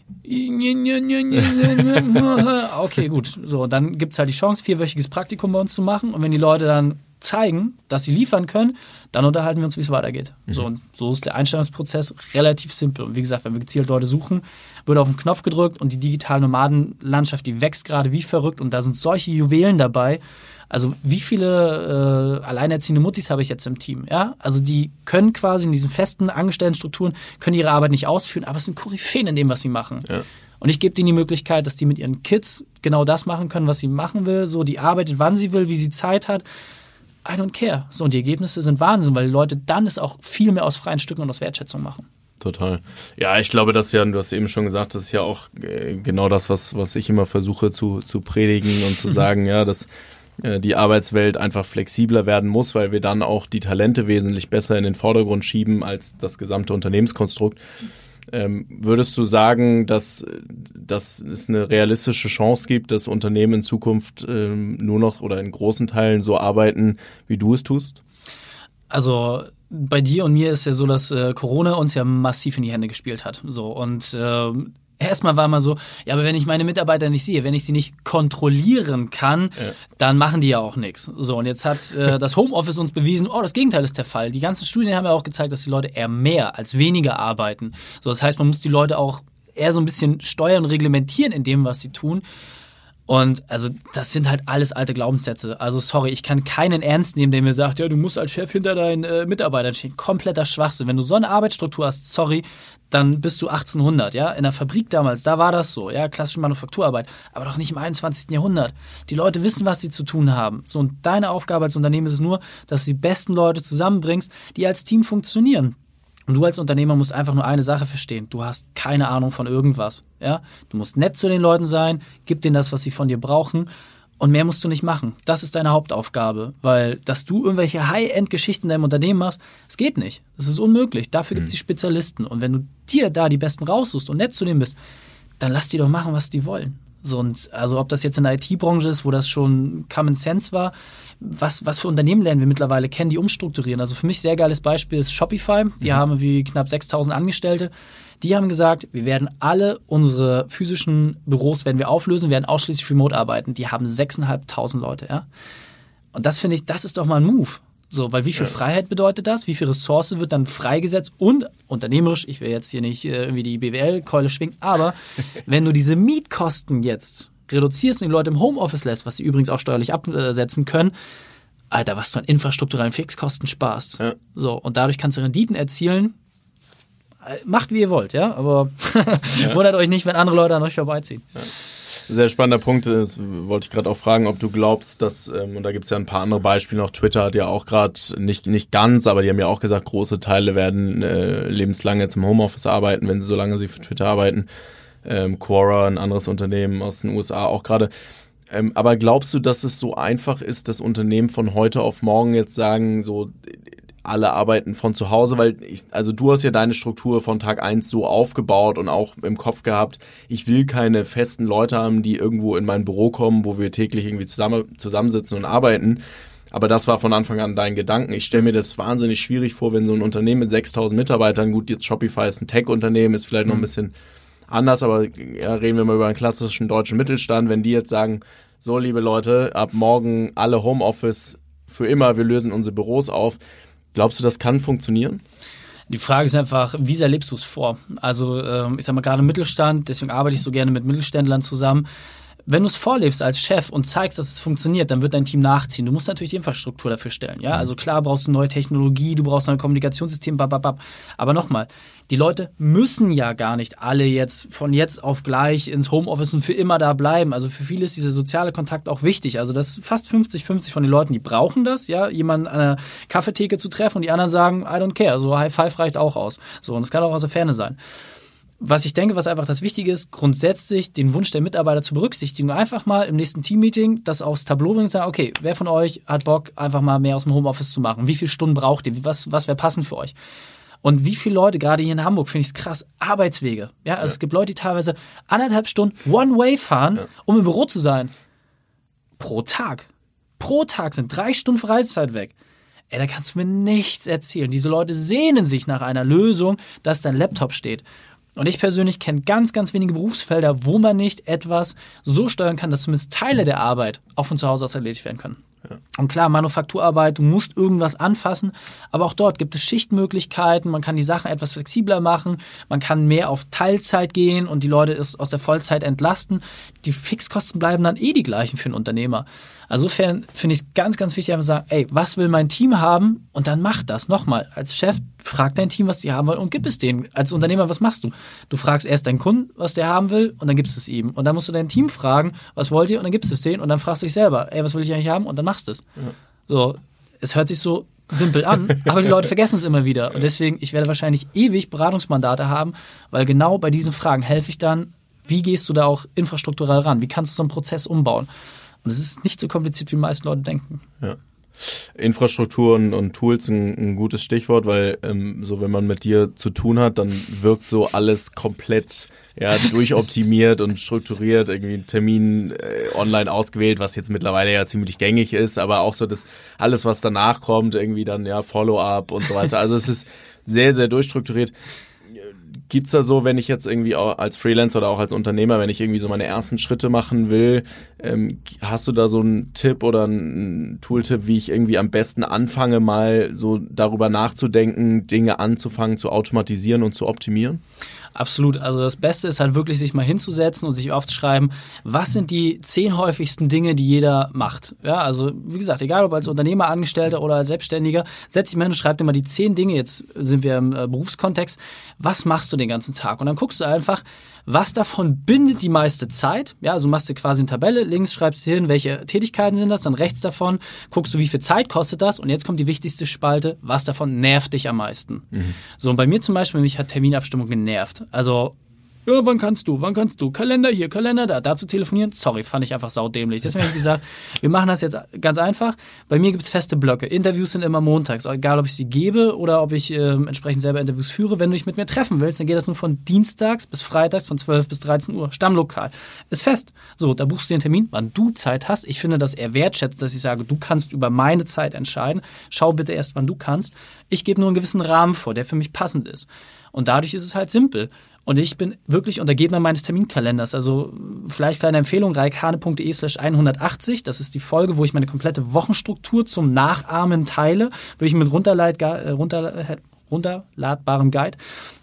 Okay, gut. So, dann gibt es halt die Chance, vierwöchiges Praktikum bei uns zu machen. Und wenn die Leute dann zeigen, dass sie liefern können, dann unterhalten wir uns, wie es weitergeht. Mhm. So, und so ist der Einstellungsprozess relativ simpel. Und wie gesagt, wenn wir gezielt Leute suchen, wird auf den Knopf gedrückt und die digitale Nomadenlandschaft, die wächst gerade wie verrückt. Und da sind solche Juwelen dabei. Also wie viele äh, alleinerziehende Muttis habe ich jetzt im Team? Ja? Also die können quasi in diesen festen Angestelltenstrukturen, können ihre Arbeit nicht ausführen, aber es sind Koryphäen in dem, was sie machen. Ja. Und ich gebe denen die Möglichkeit, dass die mit ihren Kids genau das machen können, was sie machen will. So, die arbeitet, wann sie will, wie sie Zeit hat. I don't care. So, und die Ergebnisse sind Wahnsinn, weil die Leute dann es auch viel mehr aus freien Stücken und aus Wertschätzung machen. Total. Ja, ich glaube, das ja, du hast eben schon gesagt, das ist ja auch äh, genau das, was, was ich immer versuche zu, zu predigen und zu sagen, ja, dass äh, die Arbeitswelt einfach flexibler werden muss, weil wir dann auch die Talente wesentlich besser in den Vordergrund schieben als das gesamte Unternehmenskonstrukt. Ähm, würdest du sagen, dass, dass es eine realistische Chance gibt, dass Unternehmen in Zukunft ähm, nur noch oder in großen Teilen so arbeiten, wie du es tust? Also bei dir und mir ist ja so, dass äh, Corona uns ja massiv in die Hände gespielt hat. So, und äh, erstmal war mal so, ja, aber wenn ich meine Mitarbeiter nicht sehe, wenn ich sie nicht kontrollieren kann, ja. dann machen die ja auch nichts. So, und jetzt hat äh, das Homeoffice uns bewiesen, oh, das Gegenteil ist der Fall. Die ganzen Studien haben ja auch gezeigt, dass die Leute eher mehr als weniger arbeiten. So, das heißt, man muss die Leute auch eher so ein bisschen steuern und reglementieren in dem, was sie tun. Und also das sind halt alles alte Glaubenssätze. Also sorry, ich kann keinen ernst nehmen, der mir sagt, ja, du musst als Chef hinter deinen äh, Mitarbeitern stehen. Kompletter Schwachsinn. Wenn du so eine Arbeitsstruktur hast, sorry, dann bist du achtzehnhundert, ja. In der Fabrik damals, da war das so, ja, klassische Manufakturarbeit. Aber doch nicht im einundzwanzigsten Jahrhundert. Die Leute wissen, was sie zu tun haben. So, und deine Aufgabe als Unternehmen ist es nur, dass du die besten Leute zusammenbringst, die als Team funktionieren. Und du als Unternehmer musst einfach nur eine Sache verstehen. Du hast keine Ahnung von irgendwas. Ja? Du musst nett zu den Leuten sein, gib denen das, was sie von dir brauchen. Und mehr musst du nicht machen. Das ist deine Hauptaufgabe. Weil, dass du irgendwelche High-End-Geschichten in deinem Unternehmen machst, das geht nicht. Das ist unmöglich. Dafür gibt es die Spezialisten. Und wenn du dir da die Besten raussuchst und nett zu denen bist, dann lass die doch machen, was die wollen. So, und also ob das jetzt in der I T-Branche ist, wo das schon Common Sense war, was, was für Unternehmen lernen wir mittlerweile kennen, die umstrukturieren. Also für mich sehr geiles Beispiel ist Shopify. Die mhm. haben wie knapp sechstausend Angestellte. Die haben gesagt, wir werden alle unsere physischen Büros werden wir auflösen, werden ausschließlich remote arbeiten. Die haben sechstausendfünfhundert Leute. Ja? Und das finde ich, das ist doch mal ein Move. So, weil wie viel ja. Freiheit bedeutet das? Wie viel Ressource wird dann freigesetzt? Und unternehmerisch, ich will jetzt hier nicht äh, irgendwie die B W L-Keule schwingen, aber wenn du diese Mietkosten jetzt reduzierst und die Leute im Homeoffice lässt, was sie übrigens auch steuerlich absetzen können, Alter, was du an infrastrukturellen Fixkosten sparst. Ja. So, und dadurch kannst du Renditen erzielen. Macht, wie ihr wollt, ja, aber ja. wundert euch nicht, wenn andere Leute an euch vorbeiziehen. Ja. Sehr spannender Punkt. Das wollte ich gerade auch fragen, ob du glaubst, dass, ähm, und da gibt es ja ein paar andere Beispiele noch, Twitter hat ja auch gerade, nicht nicht ganz, aber die haben ja auch gesagt, große Teile werden äh, lebenslang jetzt im Homeoffice arbeiten, wenn sie solange sie für Twitter arbeiten. Ähm, Quora, ein anderes Unternehmen aus den U S A auch gerade. Ähm, aber glaubst du, dass es so einfach ist, dass Unternehmen von heute auf morgen jetzt sagen, so alle arbeiten von zu Hause, weil ich, also du hast ja deine Struktur von Tag eins so aufgebaut und auch im Kopf gehabt, ich will keine festen Leute haben, die irgendwo in mein Büro kommen, wo wir täglich irgendwie zusammen, zusammensitzen und arbeiten. Aber das war von Anfang an dein Gedanken. Ich stelle mir das wahnsinnig schwierig vor, wenn so ein Unternehmen mit sechstausend Mitarbeitern, gut, jetzt Shopify ist ein Tech-Unternehmen, ist vielleicht noch ein bisschen anders, aber ja, reden wir mal über einen klassischen deutschen Mittelstand, wenn die jetzt sagen, so liebe Leute, ab morgen alle Homeoffice für immer, wir lösen unsere Büros auf. Glaubst du, das kann funktionieren? Die Frage ist einfach, wie sehr lebst du es vor? Also ähm, ich sag mal gerade Mittelstand, deswegen arbeite ich so gerne mit Mittelständlern zusammen. Wenn du es vorlebst als Chef und zeigst, dass es funktioniert, dann wird dein Team nachziehen. Du musst natürlich die Infrastruktur dafür stellen. Ja? Also klar brauchst du neue Technologie, du brauchst neue Kommunikationssysteme, bababab. Aber nochmal, die Leute müssen ja gar nicht alle jetzt von jetzt auf gleich ins Homeoffice und für immer da bleiben. Also für viele ist dieser soziale Kontakt auch wichtig. Also das fast fünfzig fünfzig von den Leuten, die brauchen das, ja, jemanden an einer Kaffeetheke zu treffen und die anderen sagen, I don't care. So High Five reicht auch aus. So, und das kann auch aus der Ferne sein. Was ich denke, was einfach das Wichtige ist, grundsätzlich den Wunsch der Mitarbeiter zu berücksichtigen. Einfach mal im nächsten Teammeeting das aufs Tableau bringen und sagen, okay, wer von euch hat Bock, einfach mal mehr aus dem Homeoffice zu machen? Wie viele Stunden braucht ihr? Was, was wäre passend für euch? Und wie viele Leute, gerade hier in Hamburg, finde ich es krass, Arbeitswege. Ja, also ja. Es gibt Leute, die teilweise anderthalb Stunden One-Way fahren, ja. um im Büro zu sein. Pro Tag. Pro Tag sind drei Stunden Freizeit weg. Ey, da kannst du mir nichts erzählen. Diese Leute sehnen sich nach einer Lösung, dass dein Laptop steht. Und ich persönlich kenne ganz, ganz wenige Berufsfelder, wo man nicht etwas so steuern kann, dass zumindest Teile der Arbeit auch von zu Hause aus erledigt werden können. Ja. Und klar, Manufakturarbeit, du musst irgendwas anfassen, aber auch dort gibt es Schichtmöglichkeiten, man kann die Sachen etwas flexibler machen, man kann mehr auf Teilzeit gehen und die Leute aus der Vollzeit entlasten. Die Fixkosten bleiben dann eh die gleichen für einen Unternehmer. Insofern finde ich es ganz, ganz wichtig, einfach zu sagen, ey, was will mein Team haben? Und dann mach das. Nochmal, als Chef, frag dein Team, was die haben wollen und gib es denen. Als Unternehmer, was machst du? Du fragst erst deinen Kunden, was der haben will und dann gibst du es ihm. Und dann musst du dein Team fragen, was wollt ihr? Und dann gibst du es denen und dann fragst du dich selber, ey, was will ich eigentlich haben? Und dann machst du es. Ja. So, es hört sich so simpel an, aber die Leute vergessen es immer wieder. Und deswegen, ich werde wahrscheinlich ewig Beratungsmandate haben, weil genau bei diesen Fragen helfe ich dann, wie gehst du da auch infrastrukturell ran? Wie kannst du so einen Prozess umbauen? Und es ist nicht so kompliziert, wie die meisten Leute denken. Ja. Infrastruktur und, und Tools ein, ein gutes Stichwort, weil ähm, so wenn man mit dir zu tun hat, dann wirkt so alles komplett ja, durchoptimiert und strukturiert, irgendwie ein Termin äh, online ausgewählt, was jetzt mittlerweile ja ziemlich gängig ist, aber auch so das alles, was danach kommt, irgendwie dann ja Follow-up und so weiter. Also es ist sehr, sehr durchstrukturiert. Gibt's da so, wenn ich jetzt irgendwie auch als Freelancer oder auch als Unternehmer, wenn ich irgendwie so meine ersten Schritte machen will, ähm, hast du da so einen Tipp oder einen Tooltip, wie ich irgendwie am besten anfange, mal so darüber nachzudenken, Dinge anzufangen, zu automatisieren und zu optimieren? Absolut. Also das Beste ist halt wirklich, sich mal hinzusetzen und sich aufzuschreiben, was sind die zehn häufigsten Dinge, die jeder macht. Ja, also wie gesagt, egal ob als Unternehmer, Angestellter oder als Selbstständiger, setz dich mal hin und schreib dir mal die zehn Dinge, jetzt sind wir im äh, Berufskontext, was machst du den ganzen Tag? Und dann guckst du einfach, was davon bindet die meiste Zeit. Ja, also machst du quasi eine Tabelle, links schreibst du hin, welche Tätigkeiten sind das, dann rechts davon guckst du, wie viel Zeit kostet das und jetzt kommt die wichtigste Spalte, was davon nervt dich am meisten. Mhm. So, und bei mir zum Beispiel, mich hat Terminabstimmung genervt. Also, ja, wann kannst du, wann kannst du, Kalender hier, Kalender da, da zu telefonieren, sorry, fand ich einfach saudämlich. Deswegen habe ich gesagt, wir machen das jetzt ganz einfach. Bei mir gibt es feste Blöcke. Interviews sind immer montags, egal ob ich sie gebe oder ob ich äh, entsprechend selber Interviews führe. Wenn du dich mit mir treffen willst, dann geht das nur von dienstags bis freitags von zwölf bis dreizehn Uhr. Stammlokal. Ist fest. So, da buchst du den Termin, wann du Zeit hast. Ich finde das eher wertschätzend, dass ich sage, du kannst über meine Zeit entscheiden. Schau bitte erst, wann du kannst. Ich gebe nur einen gewissen Rahmen vor, der für mich passend ist. Und dadurch ist es halt simpel. Und ich bin wirklich Untergebner meines Terminkalenders. Also vielleicht kleine Empfehlung, reikane.de slash hundertachtzig. Das ist die Folge, wo ich meine komplette Wochenstruktur zum Nachahmen teile. Wirklich mit runterlad, runter, runterladbarem Guide.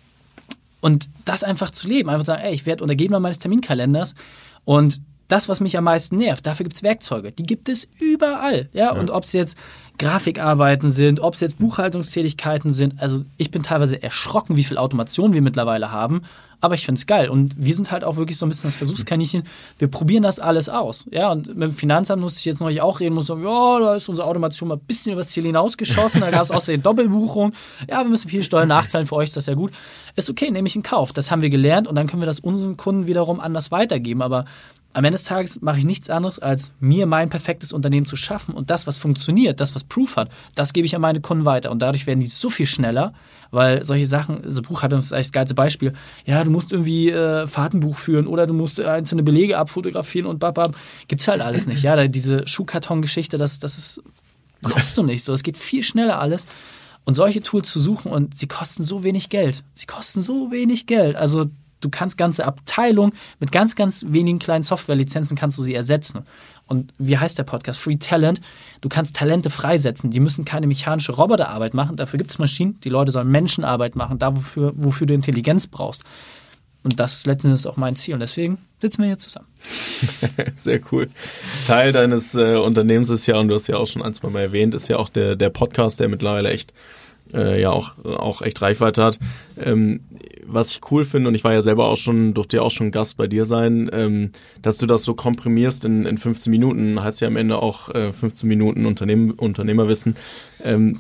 Und das einfach zu leben. Einfach sagen, ey, ich werde Untergebner meines Terminkalenders. Und das, was mich am meisten nervt, dafür gibt es Werkzeuge. Die gibt es überall. Ja? Ja. Und ob es jetzt Grafikarbeiten sind, ob es jetzt Buchhaltungstätigkeiten sind. Also ich bin teilweise erschrocken, wie viel Automation wir mittlerweile haben. aber ich finde es geil. Und wir sind halt auch wirklich so ein bisschen das Versuchskaninchen. Wir probieren das alles aus. Ja, und mit dem Finanzamt musste ich jetzt neulich auch reden, muss sagen, ja, da ist unsere Automation mal ein bisschen übers Ziel hinausgeschossen, da gab es außerdem Doppelbuchung. Ja, wir müssen viel Steuern nachzahlen, für euch ist das ja gut. Ist okay, nehme ich in Kauf. Das haben wir gelernt und dann können wir das unseren Kunden wiederum anders weitergeben. Aber am Ende des Tages mache ich nichts anderes, als mir mein perfektes Unternehmen zu schaffen und das, was funktioniert, das, was Proof hat, das gebe ich an meine Kunden weiter und dadurch werden die so viel schneller, weil solche Sachen, so Buch hat uns eigentlich das geilste Beispiel, ja, du musst irgendwie äh, Fahrtenbuch führen oder du musst einzelne Belege abfotografieren und babab, gibt's halt alles nicht, ja, diese Schuhkarton-Geschichte, das, das ist, brauchst du nicht so, es geht viel schneller alles und solche Tools zu suchen und sie kosten so wenig Geld, sie kosten so wenig Geld, also du kannst ganze Abteilungen mit ganz, ganz wenigen kleinen Softwarelizenzen kannst du sie ersetzen. Und wie heißt der Podcast? Free Talent. Du kannst Talente freisetzen. Die müssen keine mechanische Roboterarbeit machen. Dafür gibt es Maschinen. Die Leute sollen Menschenarbeit machen, da wofür, wofür du Intelligenz brauchst. Und das ist letztendlich auch mein Ziel. Und deswegen sitzen wir hier zusammen. Sehr cool. Teil deines äh, Unternehmens ist ja, und du hast ja auch schon ein, zwei Mal erwähnt, ist ja auch der, der Podcast, der mittlerweile echt äh, ja auch, auch echt Reichweite hat. Ähm, was ich cool finde, und ich war ja selber auch schon, durfte ja auch schon Gast bei dir sein, ähm, dass du das so komprimierst in, in fünfzehn Minuten, heißt ja am Ende auch äh, fünfzehn Minuten Unternehmen, Unternehmerwissen. Ähm,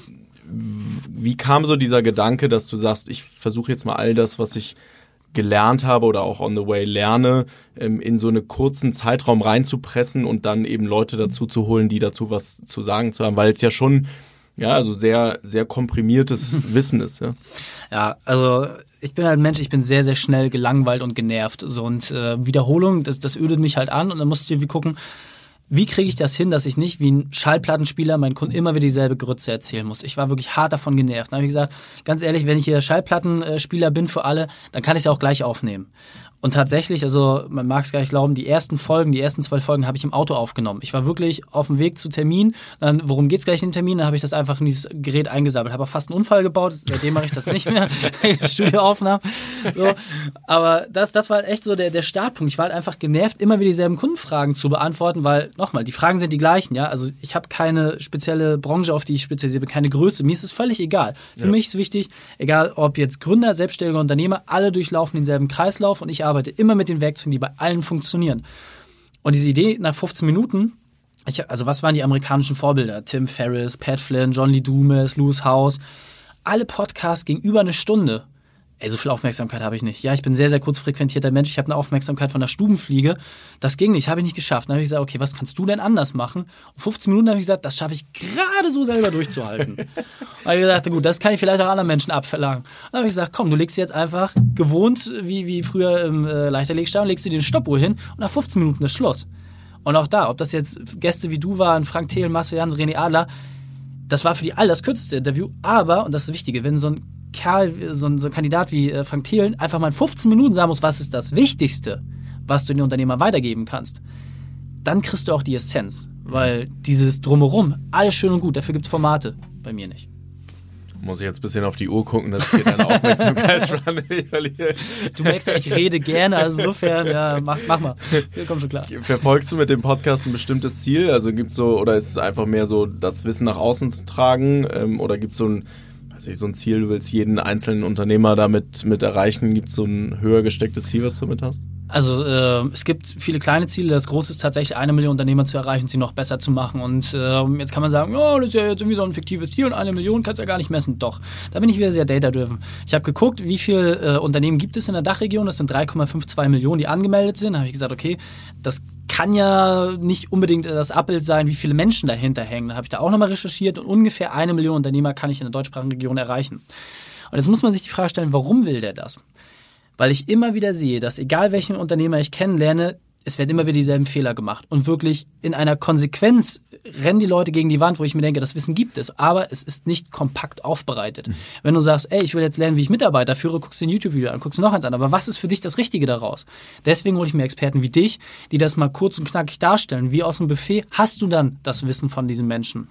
wie kam so dieser Gedanke, dass du sagst, ich versuche jetzt mal all das, was ich gelernt habe oder auch on the way lerne, ähm, in so einen kurzen Zeitraum reinzupressen und dann eben Leute dazu zu holen, die dazu was zu sagen zu haben, weil es ja schon ja, also sehr, sehr komprimiertes Wissen ist, ja. Ja, also ich bin halt ein Mensch, ich bin sehr, sehr schnell gelangweilt und genervt. So, und äh, Wiederholung, das, das ödet mich halt an und dann musst du irgendwie gucken, wie kriege ich das hin, dass ich nicht wie ein Schallplattenspieler meinen Kunden immer wieder dieselbe Grütze erzählen muss. Ich war wirklich hart davon genervt. Dann habe ich gesagt, ganz ehrlich, wenn ich hier Schallplattenspieler bin für alle, dann kann ich es auch gleich aufnehmen. Und tatsächlich, also man mag es gar nicht glauben, die ersten Folgen, die ersten zwölf Folgen habe ich im Auto aufgenommen. Ich war wirklich auf dem Weg zu Termin. Dann, worum geht's gleich in den Termin? Dann habe ich das einfach in dieses Gerät eingesammelt. Habe auch fast einen Unfall gebaut. Seitdem mache ich das nicht mehr. Studioaufnahmen. So. Aber das, das war halt echt so der, der Startpunkt. Ich war halt einfach genervt, immer wieder dieselben Kundenfragen zu beantworten, weil, nochmal, die Fragen sind die gleichen. Ja, also ich habe keine spezielle Branche, auf die ich spezialisiere bin, keine Größe. Mir ist es völlig egal. Für ja. mich ist wichtig, egal ob jetzt Gründer, selbstständige Unternehmer, alle durchlaufen denselben Kreislauf und ich arbeite immer mit den Werkzeugen, die bei allen funktionieren. Und diese Idee nach fünfzehn Minuten, ich, also was waren die amerikanischen Vorbilder? Tim Ferriss, Pat Flynn, John Lee Dumas, Lewis Howes, alle Podcasts gingen über eine Stunde. Ey, so viel Aufmerksamkeit habe ich nicht. Ja, ich bin ein sehr, sehr kurz frequentierter Mensch. Ich habe eine Aufmerksamkeit von der Stubenfliege. Das ging nicht, habe ich nicht geschafft. Dann habe ich gesagt, okay, was kannst du denn anders machen? Und fünfzehn Minuten habe ich gesagt, das schaffe ich gerade so selber durchzuhalten. Und habe ich gesagt, gut, das kann ich vielleicht auch anderen Menschen abverlangen. Dann habe ich gesagt, komm, du legst dir jetzt einfach gewohnt, wie, wie früher im äh, Leichtathletikstadion, legst du dir eine Stoppuhr hin und nach fünfzehn Minuten ist Schluss. Und auch da, ob das jetzt Gäste wie du waren, Frank Thelen, Marcel Jans, René Adler, das war für die alle das kürzeste Interview. Aber, und das ist das Wichtige, wenn so ein Kerl, so ein, so ein Kandidat wie äh, Frank Thelen einfach mal in fünfzehn Minuten sagen muss, was ist das Wichtigste, was du den Unternehmer weitergeben kannst, dann kriegst du auch die Essenz. Weil dieses Drumherum, alles schön und gut, dafür gibt es Formate, bei mir nicht. Muss ich jetzt ein bisschen auf die Uhr gucken, dass ich hier deine Aufmerksamkeitsspanne nicht verliere. Du merkst ja, ich rede gerne, also insofern, ja, mach, mach mal. Hier, komm schon klar. Verfolgst du mit dem Podcast ein bestimmtes Ziel? Also gibt's so, oder ist es einfach mehr so, das Wissen nach außen zu tragen? Ähm, oder gibt es so ein Also so ein Ziel, du willst jeden einzelnen Unternehmer damit mit erreichen, gibt es so ein höher gestecktes Ziel, was du mit hast? Also äh, es gibt viele kleine Ziele, das große ist tatsächlich eine Million Unternehmer zu erreichen, sie noch besser zu machen und äh, jetzt kann man sagen, oh, das ist ja jetzt irgendwie so ein fiktives Ziel und eine Million kannst du ja gar nicht messen. Doch, da bin ich wieder sehr data-driven. Ich habe geguckt, wie viele äh, Unternehmen gibt es in der Dachregion, das sind drei Komma zweiundfünfzig Millionen, die angemeldet sind, da habe ich gesagt, okay, das kann ja nicht unbedingt das Abbild sein, wie viele Menschen dahinter hängen. Da habe ich da auch nochmal recherchiert und ungefähr eine Million Unternehmer kann ich in der deutschsprachigen Region erreichen. Und jetzt muss man sich die Frage stellen, warum will der das? Weil ich immer wieder sehe, dass egal welchen Unternehmer ich kennenlerne, es werden immer wieder dieselben Fehler gemacht. Und wirklich in einer Konsequenz rennen die Leute gegen die Wand, wo ich mir denke, das Wissen gibt es, aber es ist nicht kompakt aufbereitet. Mhm. Wenn du sagst, ey, ich will jetzt lernen, wie ich Mitarbeiter führe, guckst du ein YouTube-Video an, guckst du noch eins an. Aber was ist für dich das Richtige daraus? Deswegen hole ich mir Experten wie dich, die das mal kurz und knackig darstellen. Wie aus dem Buffet hast du dann das Wissen von diesen Menschen.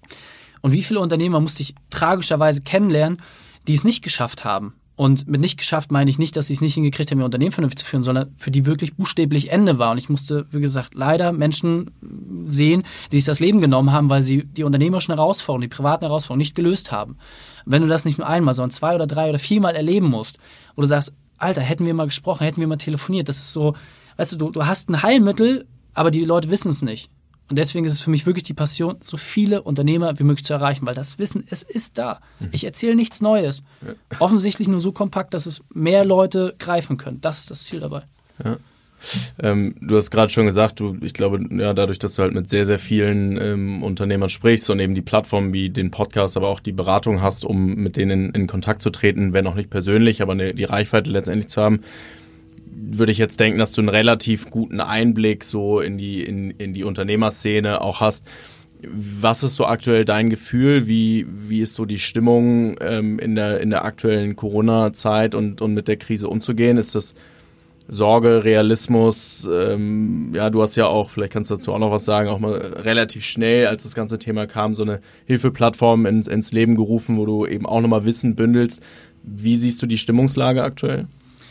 Und wie viele Unternehmer musste ich tragischerweise kennenlernen, die es nicht geschafft haben. Und mit nicht geschafft meine ich nicht, dass sie es nicht hingekriegt haben, ihr Unternehmen vernünftig zu führen, sondern für die wirklich buchstäblich Ende war. Und ich musste, wie gesagt, leider Menschen sehen, die sich das Leben genommen haben, weil sie die unternehmerischen Herausforderungen, die privaten Herausforderungen nicht gelöst haben. Wenn du das nicht nur einmal, sondern zwei oder drei oder viermal erleben musst, wo du sagst, Alter, hätten wir mal gesprochen, hätten wir mal telefoniert. Das ist so, weißt du, du, du hast ein Heilmittel, aber die Leute wissen es nicht. Und deswegen ist es für mich wirklich die Passion, so viele Unternehmer wie möglich zu erreichen, weil das Wissen, es ist da. Ich erzähle nichts Neues. Ja. Offensichtlich nur so kompakt, dass es mehr Leute greifen können. Das ist das Ziel dabei. Ja. Ähm, du hast gerade schon gesagt, du, ich glaube, ja, dadurch, dass du halt mit sehr, sehr vielen ähm, Unternehmern sprichst und eben die Plattform wie den Podcast, aber auch die Beratung hast, um mit denen in, in Kontakt zu treten, wenn auch nicht persönlich, aber eine, die Reichweite letztendlich zu haben, würde ich jetzt denken, dass du einen relativ guten Einblick so in die, in, in die Unternehmerszene auch hast. Was ist so aktuell dein Gefühl? Wie, wie ist so die Stimmung ähm, in der, in der aktuellen Corona-Zeit und, und mit der Krise umzugehen? Ist das Sorge, Realismus, ähm, ja, du hast ja auch, vielleicht kannst du dazu auch noch was sagen, auch mal relativ schnell, als das ganze Thema kam, so eine Hilfeplattform ins, ins Leben gerufen, wo du eben auch nochmal Wissen bündelst. Wie siehst du die Stimmungslage aktuell?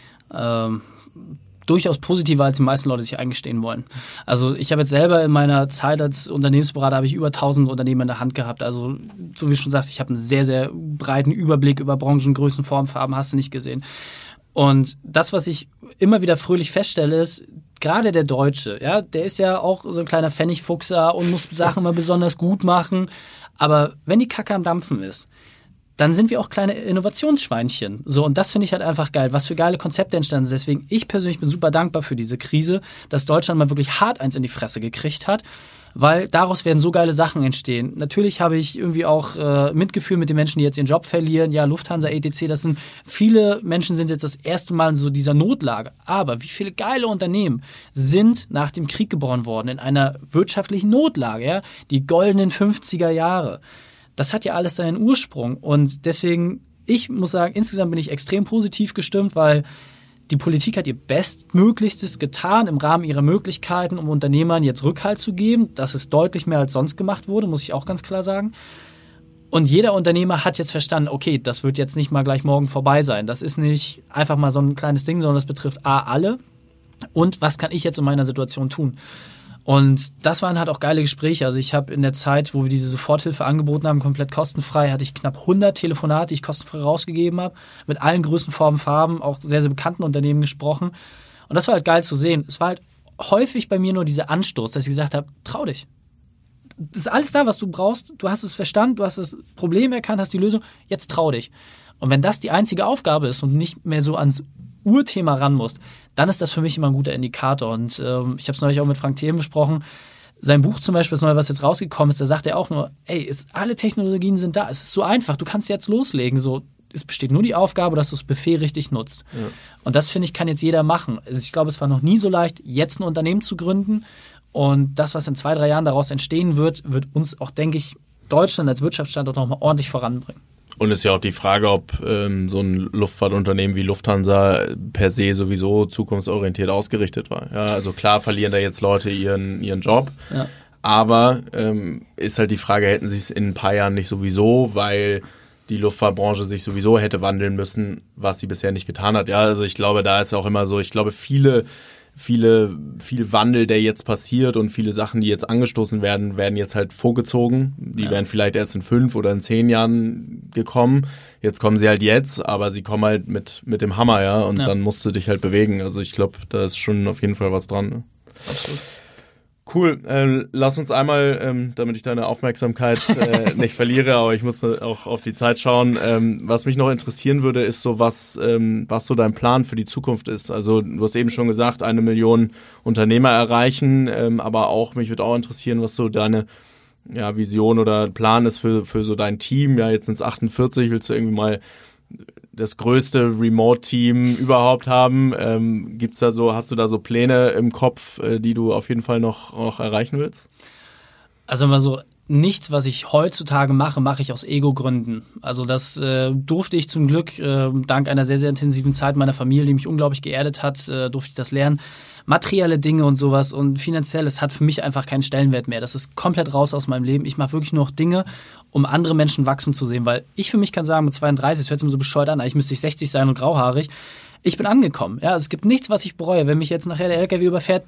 Ähm, durchaus positiver, als die meisten Leute sich eingestehen wollen. Also ich habe jetzt selber in meiner Zeit als Unternehmensberater habe ich über tausend Unternehmen in der Hand gehabt. Also so wie du schon sagst, ich habe einen sehr, sehr breiten Überblick über Branchen, Größen, Formen, Farben, hast du nicht gesehen. Und das, was ich immer wieder fröhlich feststelle, ist, gerade der Deutsche, ja, der ist ja auch so ein kleiner Pfennigfuchser und muss Sachen mal besonders gut machen. Aber wenn die Kacke am Dampfen ist, dann sind wir auch kleine Innovationsschweinchen. So, und das finde ich halt einfach geil, was für geile Konzepte entstanden sind. Deswegen, ich persönlich bin super dankbar für diese Krise, dass Deutschland mal wirklich hart eins in die Fresse gekriegt hat, weil daraus werden so geile Sachen entstehen. Natürlich habe ich irgendwie auch äh, Mitgefühl mit den Menschen, die jetzt ihren Job verlieren. Ja, Lufthansa, et cetera. Das sind, viele Menschen sind jetzt das erste Mal in so dieser Notlage. Aber wie viele geile Unternehmen sind nach dem Krieg geboren worden, in einer wirtschaftlichen Notlage, ja? Die goldenen fünfziger Jahre. Das hat ja alles seinen Ursprung. Und deswegen, ich muss sagen, insgesamt bin ich extrem positiv gestimmt, weil die Politik hat ihr Bestmöglichstes getan im Rahmen ihrer Möglichkeiten, um Unternehmern jetzt Rückhalt zu geben. Das ist deutlich mehr als sonst gemacht wurde, muss ich auch ganz klar sagen. Und jeder Unternehmer hat jetzt verstanden, okay, das wird jetzt nicht mal gleich morgen vorbei sein. Das ist nicht einfach mal so ein kleines Ding, sondern das betrifft A, alle. Und was kann ich jetzt in meiner Situation tun? Und das waren halt auch geile Gespräche. Also ich habe in der Zeit, wo wir diese Soforthilfe angeboten haben, komplett kostenfrei, hatte ich knapp hundert Telefonate, die ich kostenfrei rausgegeben habe, mit allen Größen, Formen, Farben, auch sehr, sehr bekannten Unternehmen gesprochen. Und das war halt geil zu sehen. Es war halt häufig bei mir nur dieser Anstoß, dass ich gesagt habe, trau dich. Das ist alles da, was du brauchst. Du hast es verstanden, du hast das Problem erkannt, hast die Lösung. Jetzt trau dich. Und wenn das die einzige Aufgabe ist und nicht mehr so ans Urthema ran musst, dann ist das für mich immer ein guter Indikator. Und ähm, ich habe es neulich auch mit Frank Thelen besprochen. Sein Buch zum Beispiel, das neue, was jetzt rausgekommen ist, da sagt er auch nur, ey, es, alle Technologien sind da, es ist so einfach, du kannst jetzt loslegen. So, es besteht nur die Aufgabe, dass du das Buffet richtig nutzt. Ja. Und das, finde ich, kann jetzt jeder machen. Also ich glaube, es war noch nie so leicht, jetzt ein Unternehmen zu gründen. Und das, was in zwei, drei Jahren daraus entstehen wird, wird uns auch, denke ich, Deutschland als Wirtschaftsstandort nochmal ordentlich voranbringen. Und es ist ja auch die Frage, ob ähm, so ein Luftfahrtunternehmen wie Lufthansa per se sowieso zukunftsorientiert ausgerichtet war. Ja, also klar verlieren da jetzt Leute ihren, ihren Job, ja. aber ähm, ist halt die Frage, hätten sie es in ein paar Jahren nicht sowieso, weil die Luftfahrtbranche sich sowieso hätte wandeln müssen, was sie bisher nicht getan hat. Ja, also ich glaube, da ist auch immer so, ich glaube, viele Viele, viel Wandel, der jetzt passiert und viele Sachen, die jetzt angestoßen werden, werden jetzt halt vorgezogen. Die ja. wären vielleicht erst in fünf oder in zehn Jahren gekommen. Jetzt kommen sie halt jetzt, aber sie kommen halt mit, mit dem Hammer, ja, und ja. dann musst du dich halt bewegen. Also ich glaube, da ist schon auf jeden Fall was dran. Ne? Absolut. Cool, äh, lass uns einmal, ähm, damit ich deine Aufmerksamkeit äh, nicht verliere, aber ich muss auch auf die Zeit schauen. Ähm, was mich noch interessieren würde, ist so was, ähm, was so dein Plan für die Zukunft ist. Also du hast eben schon gesagt, eine Million Unternehmer erreichen, ähm, aber auch mich würde auch interessieren, was so deine ja, Vision oder Plan ist für für so dein Team. Ja, jetzt sind es achtundvierzig, willst du irgendwie mal das größte Remote-Team überhaupt haben? Ähm, gibt's da so, hast du da so Pläne im Kopf, äh, die du auf jeden Fall noch, noch erreichen willst? Also mal so, nichts, was ich heutzutage mache, mache ich aus Ego-Gründen. Also das äh, durfte ich zum Glück, äh, dank einer sehr, sehr intensiven Zeit meiner Familie, die mich unglaublich geerdet hat, äh, durfte ich das lernen. Materielle Dinge und sowas und finanziell, es hat für mich einfach keinen Stellenwert mehr. Das ist komplett raus aus meinem Leben. Ich mache wirklich nur noch Dinge, um andere Menschen wachsen zu sehen. Weil ich für mich kann sagen, mit zweiunddreißig, das hört sich immer so bescheuert an, eigentlich müsste ich sechzig sein und grauhaarig. Ich bin angekommen. Ja, es gibt nichts, was ich bereue. Wenn mich jetzt nachher der L K W überfährt,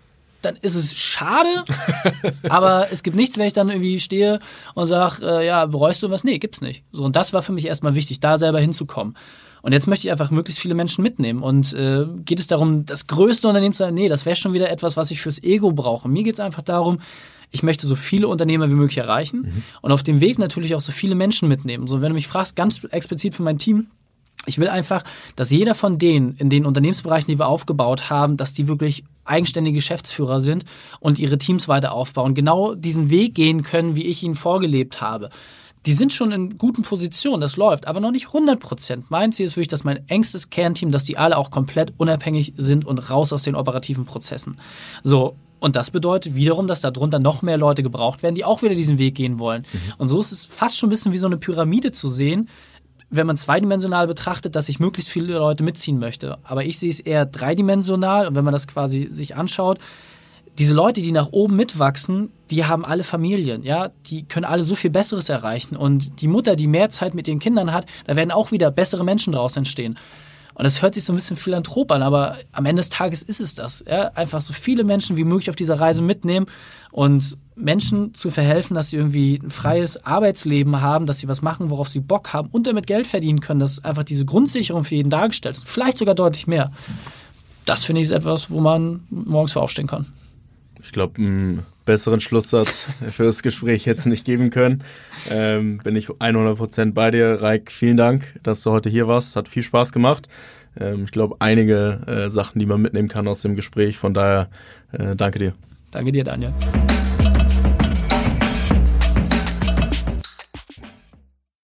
dann ist es schade, aber es gibt nichts, wenn ich dann irgendwie stehe und sage, äh, ja, bereust du was? Nee, gibt's nicht. So, und das war für mich erstmal wichtig, da selber hinzukommen. Und jetzt möchte ich einfach möglichst viele Menschen mitnehmen. Und äh, geht es darum, das größte Unternehmen zu sein? Nee, das wäre schon wieder etwas, was ich fürs Ego brauche. Mir geht es einfach darum, ich möchte so viele Unternehmer wie möglich erreichen mhm. und auf dem Weg natürlich auch so viele Menschen mitnehmen. So, wenn du mich fragst, ganz explizit für mein Team, ich will einfach, dass jeder von denen in den Unternehmensbereichen, die wir aufgebaut haben, dass die wirklich eigenständige Geschäftsführer sind und ihre Teams weiter aufbauen, genau diesen Weg gehen können, wie ich ihn vorgelebt habe. Die sind schon in guten Positionen, das läuft, aber noch nicht hundert Prozent. Mein Ziel ist wirklich, dass mein engstes Kernteam, dass die alle auch komplett unabhängig sind und raus aus den operativen Prozessen. So, und das bedeutet wiederum, dass darunter noch mehr Leute gebraucht werden, die auch wieder diesen Weg gehen wollen. Mhm. Und so ist es fast schon ein bisschen wie so eine Pyramide zu sehen, wenn man zweidimensional betrachtet, dass ich möglichst viele Leute mitziehen möchte. Aber ich sehe es eher dreidimensional und wenn man das quasi sich anschaut, diese Leute, die nach oben mitwachsen, die haben alle Familien, ja, die können alle so viel Besseres erreichen und die Mutter, die mehr Zeit mit ihren Kindern hat, da werden auch wieder bessere Menschen draus entstehen. Und das hört sich so ein bisschen philanthrop an, aber am Ende des Tages ist es das, ja, einfach so viele Menschen wie möglich auf dieser Reise mitnehmen und Menschen zu verhelfen, dass sie irgendwie ein freies Arbeitsleben haben, dass sie was machen, worauf sie Bock haben und damit Geld verdienen können, dass einfach diese Grundsicherung für jeden dargestellt ist, vielleicht sogar deutlich mehr. Das finde ich ist etwas, wo man morgens für aufstehen kann. Ich glaube, einen besseren Schlusssatz für das Gespräch hätte es nicht geben können. Ähm, bin ich hundert Prozent bei dir. Raik, vielen Dank, dass du heute hier warst. Hat viel Spaß gemacht. Ähm, ich glaube, einige äh, Sachen, die man mitnehmen kann aus dem Gespräch. Von daher, äh, danke dir. Danke dir, Daniel.